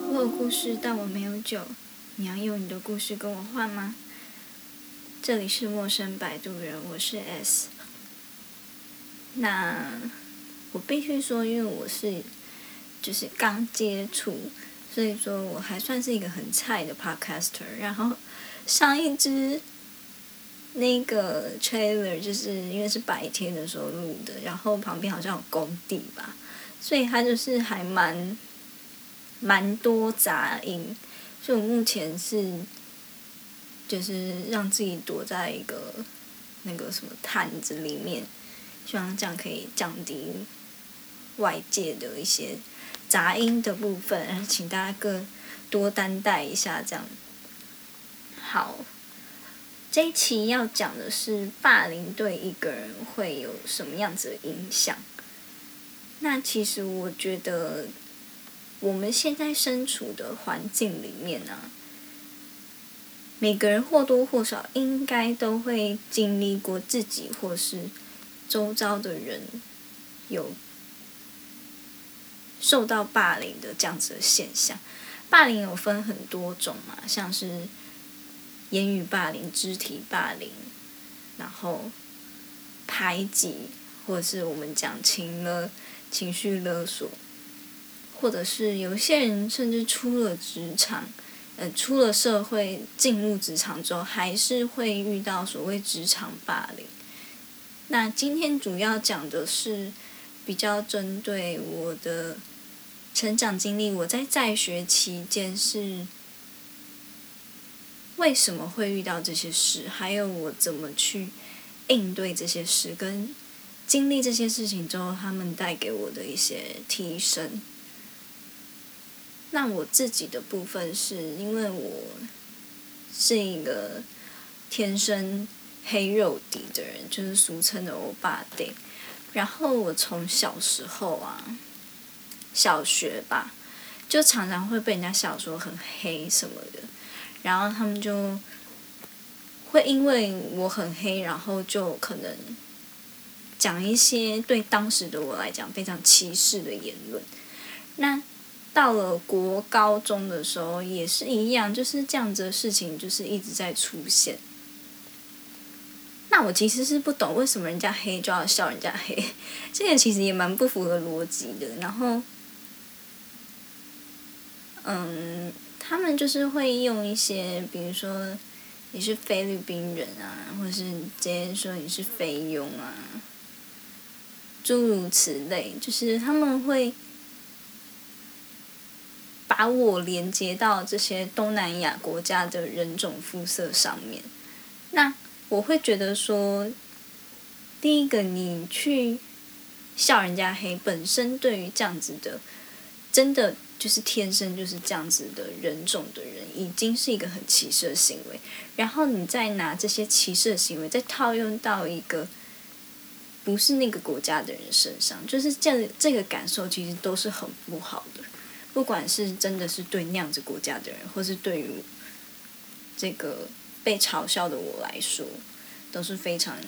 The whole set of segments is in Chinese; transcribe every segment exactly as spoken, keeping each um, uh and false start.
我有故事，但我没有酒。你要用你的故事跟我换吗？这里是陌生摆渡人，我是 S。那我必须说，因为我是就是刚接触，所以说我还算是一个很菜的 podcaster。然后上一支那个 trailer 就是因为是白天的时候录的，然后旁边好像有工地吧，所以它就是还蛮蛮多杂音，所以我目前是就是让自己躲在一个那个什么毯子里面，希望这样可以降低外界的一些杂音的部分，请大家各多担待一下这样。好，这一期要讲的是霸凌对一个人会有什么样子的影响。那其实我觉得我们现在身处的环境里面啊，每个人或多或少应该都会经历过自己或是周遭的人有受到霸凌的这样子的现象。霸凌有分很多种嘛，像是言语霸凌、肢体霸凌，然后排挤，或者是我们讲情勒、情绪勒索，或者是有些人甚至出了职场，呃，出了社会进入职场之后，还是会遇到所谓职场霸凌。那今天主要讲的是比较针对我的成长经历，我在在学期间是为什么会遇到这些事，还有我怎么去应对这些事，跟经历这些事情之后，他们带给我的一些提升。那我自己的部分是因为我是一个天生黑肉底的人，就是俗称的欧巴底。然后我从小时候啊，小学吧，就常常会被人家笑说很黑什么的，然后他们就会因为我很黑，然后就可能讲一些对当时的我来讲非常歧视的言论。那到了国高中的时候也是一样，就是这样子的事情就是一直在出现。那我其实是不懂为什么人家黑就要笑人家黑，这个其实也蛮不符合逻辑的。然后，嗯，他们就是会用一些，比如说你是菲律宾人啊，或者是直接说你是菲佣啊，诸如此类，就是他们会把我连接到这些东南亚国家的人种肤色上面。那我会觉得说，第一个你去笑人家黑，本身对于这样子的，真的就是天生就是这样子的人种的人，已经是一个很歧视的行为。然后你再拿这些歧视的行为，再套用到一个不是那个国家的人身上，就是这样，这个感受其实都是很不好的。不管是真的是对那样子国家的人，或是对于这个被嘲笑的我来说，都是非常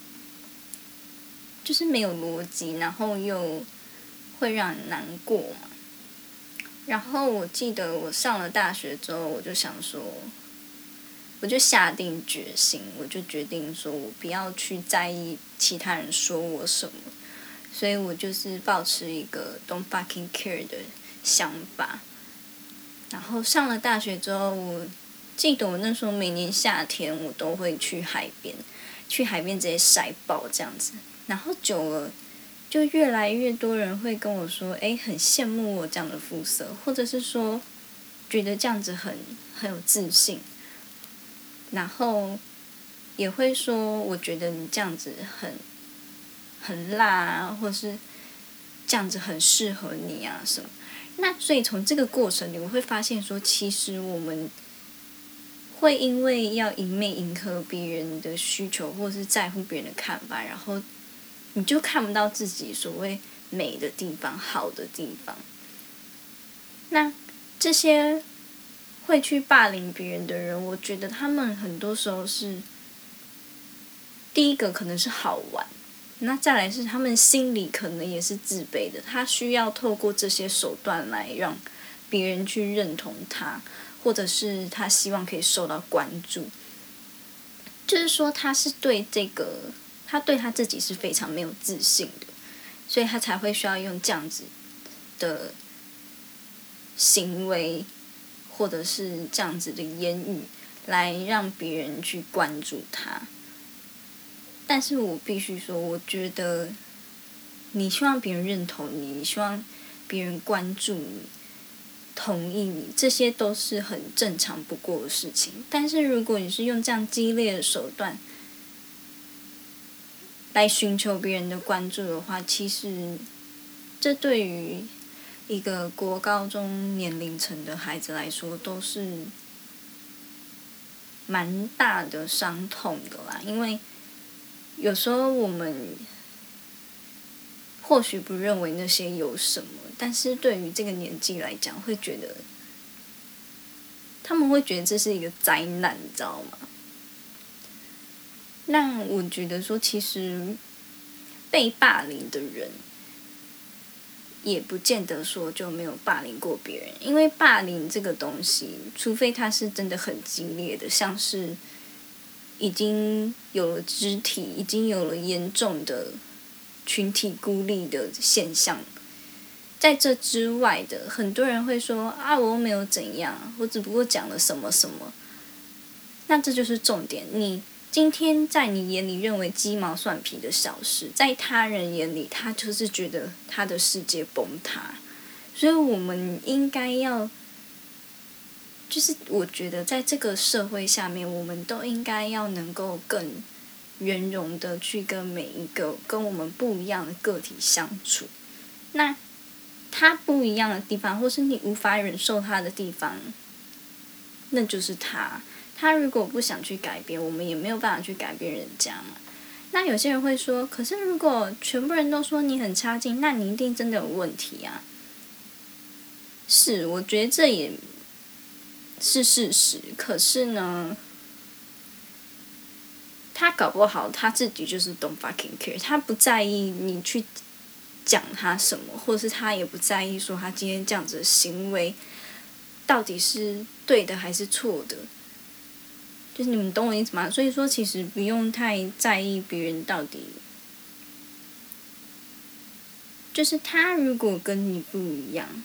就是没有逻辑，然后又会让人难过嘛。然后我记得我上了大学之后，我就想说，我就下定决心，我就决定说我不要去在意其他人说我什么，所以我就是抱持一个 don't fucking care 的想法。然后上了大学之后，我记得我那时候每年夏天我都会去海边，去海边直接晒爆这样子。然后久了，就越来越多人会跟我说，哎，很羡慕我这样的肤色，或者是说，觉得这样子很很有自信。然后也会说，我觉得你这样子很很辣啊，或是这样子很适合你啊什么。那所以从这个过程里，我会发现说，其实我们会因为要一昧迎合别人的需求，或是在乎别人的看法，然后你就看不到自己所谓美的地方、好的地方。那这些会去霸凌别人的人，我觉得他们很多时候是第一个可能是好玩，那再来是他们心里可能也是自卑的，他需要透过这些手段来让别人去认同他，或者是他希望可以受到关注。就是说他是对这个，他对他自己是非常没有自信的，所以他才会需要用这样子的行为，或者是这样子的言语来让别人去关注他。但是我必须说，我觉得你希望别人认同你，你希望别人关注你、同意你，这些都是很正常不过的事情。但是如果你是用这样激烈的手段来寻求别人的关注的话，其实这对于一个国高中年龄层的孩子来说都是蛮大的伤痛的啦。因为有时候我们或许不认为那些有什么，但是对于这个年纪来讲，会觉得他们会觉得这是一个灾难，你知道吗？那我觉得说，其实被霸凌的人也不见得说就没有霸凌过别人，因为霸凌这个东西，除非他是真的很激烈的，像是已经有了肢体，已经有了严重的群体孤立的现象。在这之外的，很多人会说啊，我又没有怎样，我只不过讲了什么什么。那这就是重点，你今天在你眼里认为鸡毛蒜皮的小事，在他人眼里，他就是觉得他的世界崩塌。所以我们应该要，就是我觉得在这个社会下面，我们都应该要能够更圆融的去跟每一个跟我们不一样的个体相处。那他不一样的地方，或是你无法忍受他的地方，那就是他。他如果不想去改变，我们也没有办法去改变人家嘛。那有些人会说，可是如果全部人都说你很差劲，那你一定真的有问题啊。是，我觉得这也是事实。可是呢，他搞不好他自己就是 don't fucking care， 他不在意你去讲他什么，或者是他也不在意说他今天这样子的行为到底是对的还是错的。就是你们懂我意思吗？所以说其实不用太在意别人到底，就是他如果跟你不一样，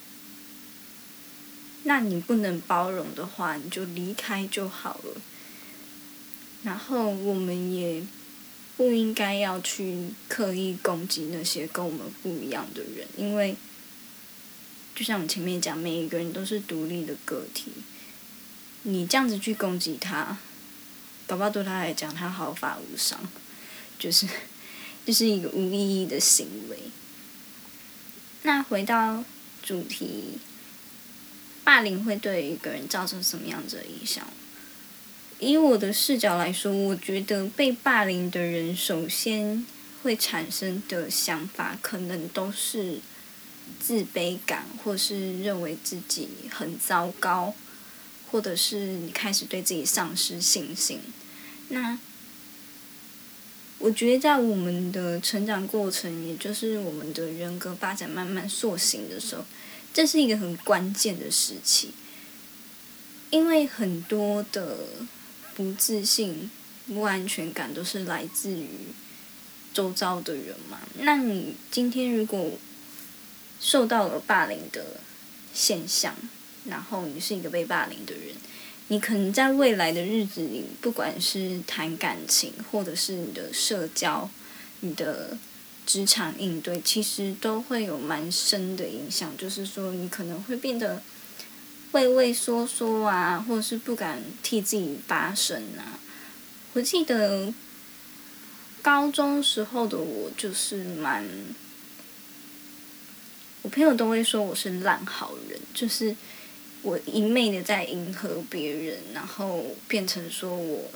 那你不能包容的话，你就离开就好了。然后我们也不应该要去刻意攻击那些跟我们不一样的人，因为就像我前面讲，每一个人都是独立的个体。你这样子去攻击他，搞不好对他来讲，他毫发无伤，就是就是一个无意义的行为。那回到主题，霸凌会对一个人造成什么样子的影响？以我的视角来说，我觉得被霸凌的人首先会产生的想法，可能都是自卑感，或是认为自己很糟糕，或者是你开始对自己丧失信心。那我觉得在我们的成长过程，也就是我们的人格发展慢慢塑形的时候，这是一个很关键的时期。因为很多的不自信、不安全感都是来自于周遭的人嘛。那你今天如果受到了霸凌的现象，然后你是一个被霸凌的人，你可能在未来的日子里，不管是谈感情，或者是你的社交、你的职场应对，其实都会有蛮深的影响。就是说，你可能会变得畏畏缩缩啊，或者是不敢替自己发声啊。我记得高中时候的我就是蛮，我朋友都会说我是烂好人，就是我一昧的在迎合别人，然后变成说我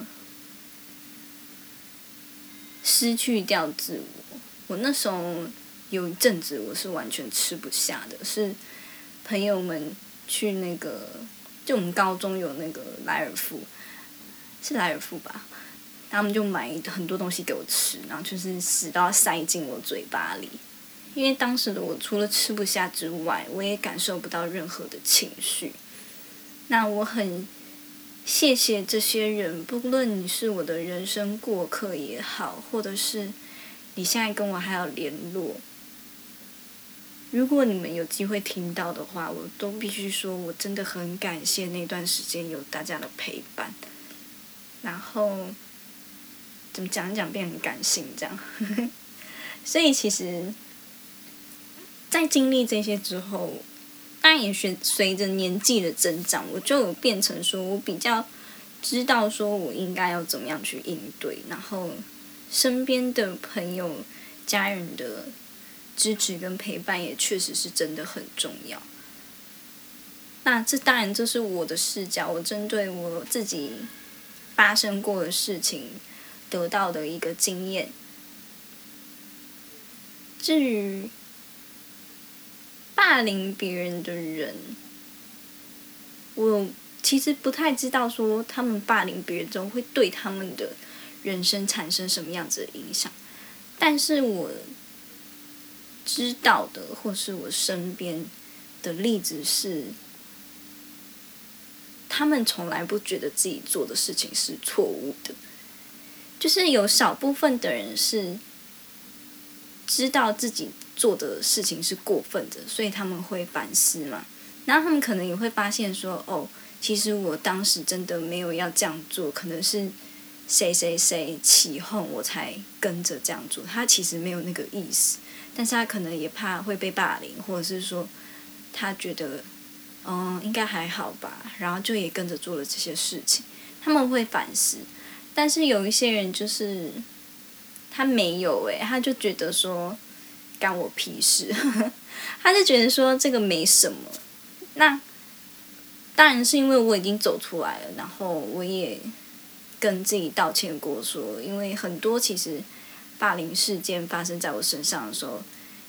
失去掉自我。我那时候有一阵子我是完全吃不下的，是朋友们去那个，就我们高中有那个莱尔富，是莱尔富吧？他们就买很多东西给我吃，然后就是死都要塞进我嘴巴里。 因为当时的我除了吃不下之外，我也感受不到任何的情绪。那我很谢谢这些人，不论你是我的人生过客也好，或者是你现在跟我还有联络，如果你们有机会听到的话，我都必须说我真的很感谢那段时间有大家的陪伴。然后怎么讲一讲变很感性这样所以其实在经历这些之后，当然也随随着年纪的增长，我就有变成说我比较知道说我应该要怎么样去应对，然后身边的朋友家人的支持跟陪伴也确实是真的很重要。那这当然这是我的视角，我针对我自己发生过的事情得到的一个经验。至于霸凌别人的人，我其实不太知道说他们霸凌别人之后会对他们的人生产生什么样子的影响，但是我知道的或是我身边的例子是，他们从来不觉得自己做的事情是错误的，就是有少部分的人是知道自己做的事情是过分的，所以他们会反思嘛，然后他们可能也会发现说，哦，其实我当时真的没有要这样做，可能是谁谁谁起哄我才跟着这样做，他其实没有那个意思，但是他可能也怕会被霸凌，或者是说他觉得嗯应该还好吧，然后就也跟着做了这些事情，他们会反思。但是有一些人就是他没有诶、欸，他就觉得说干我屁事他就觉得说这个没什么。那当然是因为我已经走出来了，然后我也跟自己道歉过说，因为很多其实霸凌事件发生在我身上的时候，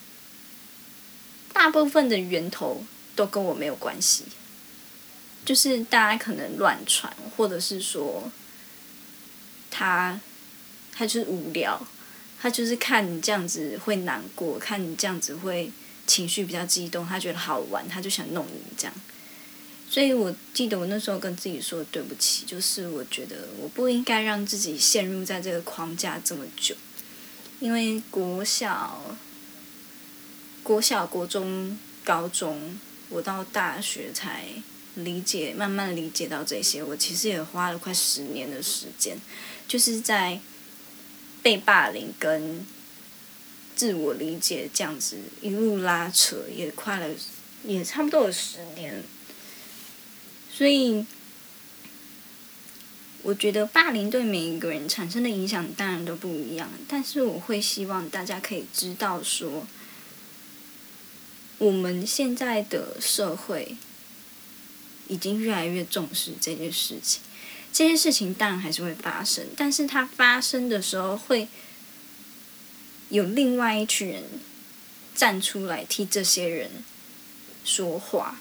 大部分的源头都跟我没有关系，就是大家可能乱传，或者是说他他就是无聊，他就是看你这样子会难过，看你这样子会情绪比较激动，他觉得好玩，他就想弄你这样。所以我记得我那时候跟自己说对不起，就是我觉得我不应该让自己陷入在这个框架这么久，因为国小、国小、国中、高中，我到大学才理解，慢慢理解到这些。我其实也花了快十年的时间，就是在被霸凌跟自我理解这样子一路拉扯，也快了，也差不多有十年。所以我觉得霸凌对每一个人产生的影响当然都不一样，但是我会希望大家可以知道说，我们现在的社会已经越来越重视这件事情。这些事情当然还是会发生，但是它发生的时候会有另外一群人站出来替这些人说话。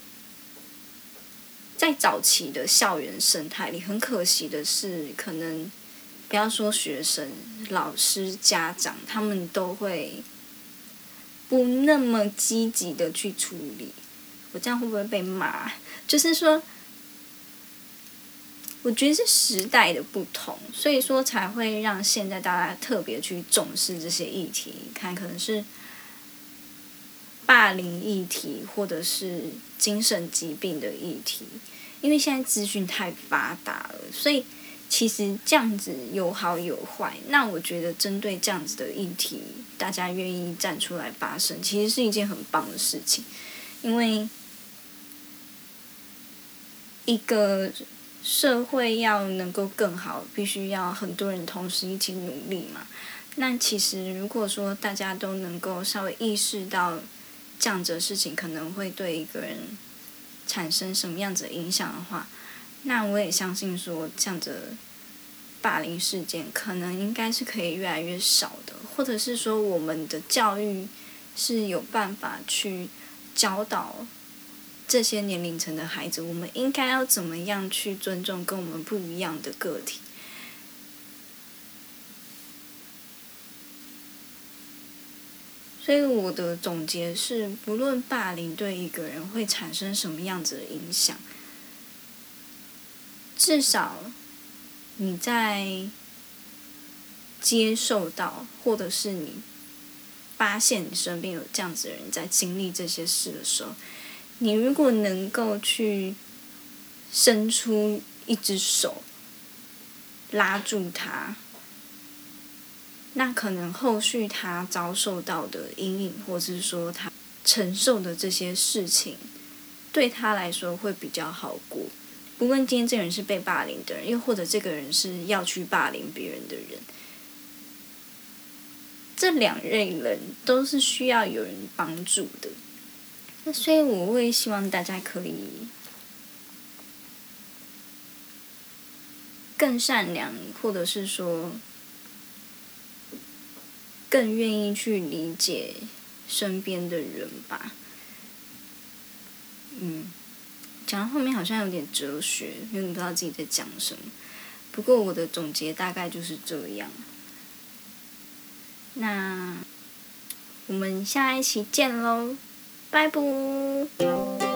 在早期的校园生态里，很可惜的是，可能不要说学生、老师、家长，他们都会不那么积极的去处理。我这样会不会被骂？就是说，我觉得是时代的不同，所以说才会让现在大家特别去重视这些议题。看，可能是霸凌议题，或者是精神疾病的议题。因为现在资讯太发达了，所以其实这样子有好有坏。那我觉得针对这样子的议题，大家愿意站出来发声，其实是一件很棒的事情。因为一个社会要能够更好，必须要很多人同时一起努力嘛。那其实如果说大家都能够稍微意识到这样子的事情可能会对一个人产生什么样子的影响的话，那我也相信说这样的霸凌事件可能应该是可以越来越少的，或者是说我们的教育是有办法去教导这些年龄层的孩子，我们应该要怎么样去尊重跟我们不一样的个体。 所以我的总结是，不论霸凌对一个人会产生什么样子的影响，至少你在接受到，或者是你发现你身边有这样子的人在经历这些事的时候，你如果能够去伸出一只手拉住他，那可能后续他遭受到的阴影，或是说他承受的这些事情，对他来说会比较好过。不论今天这个人是被霸凌的人，又或者这个人是要去霸凌别人的人，这两类人都是需要有人帮助的。那所以我会希望大家可以更善良，或者是说更愿意去理解身边的人吧。嗯，讲到后面好像有点哲学，有点不知道自己在讲什么。不过我的总结大概就是这样。那我们下一期见喽，拜拜。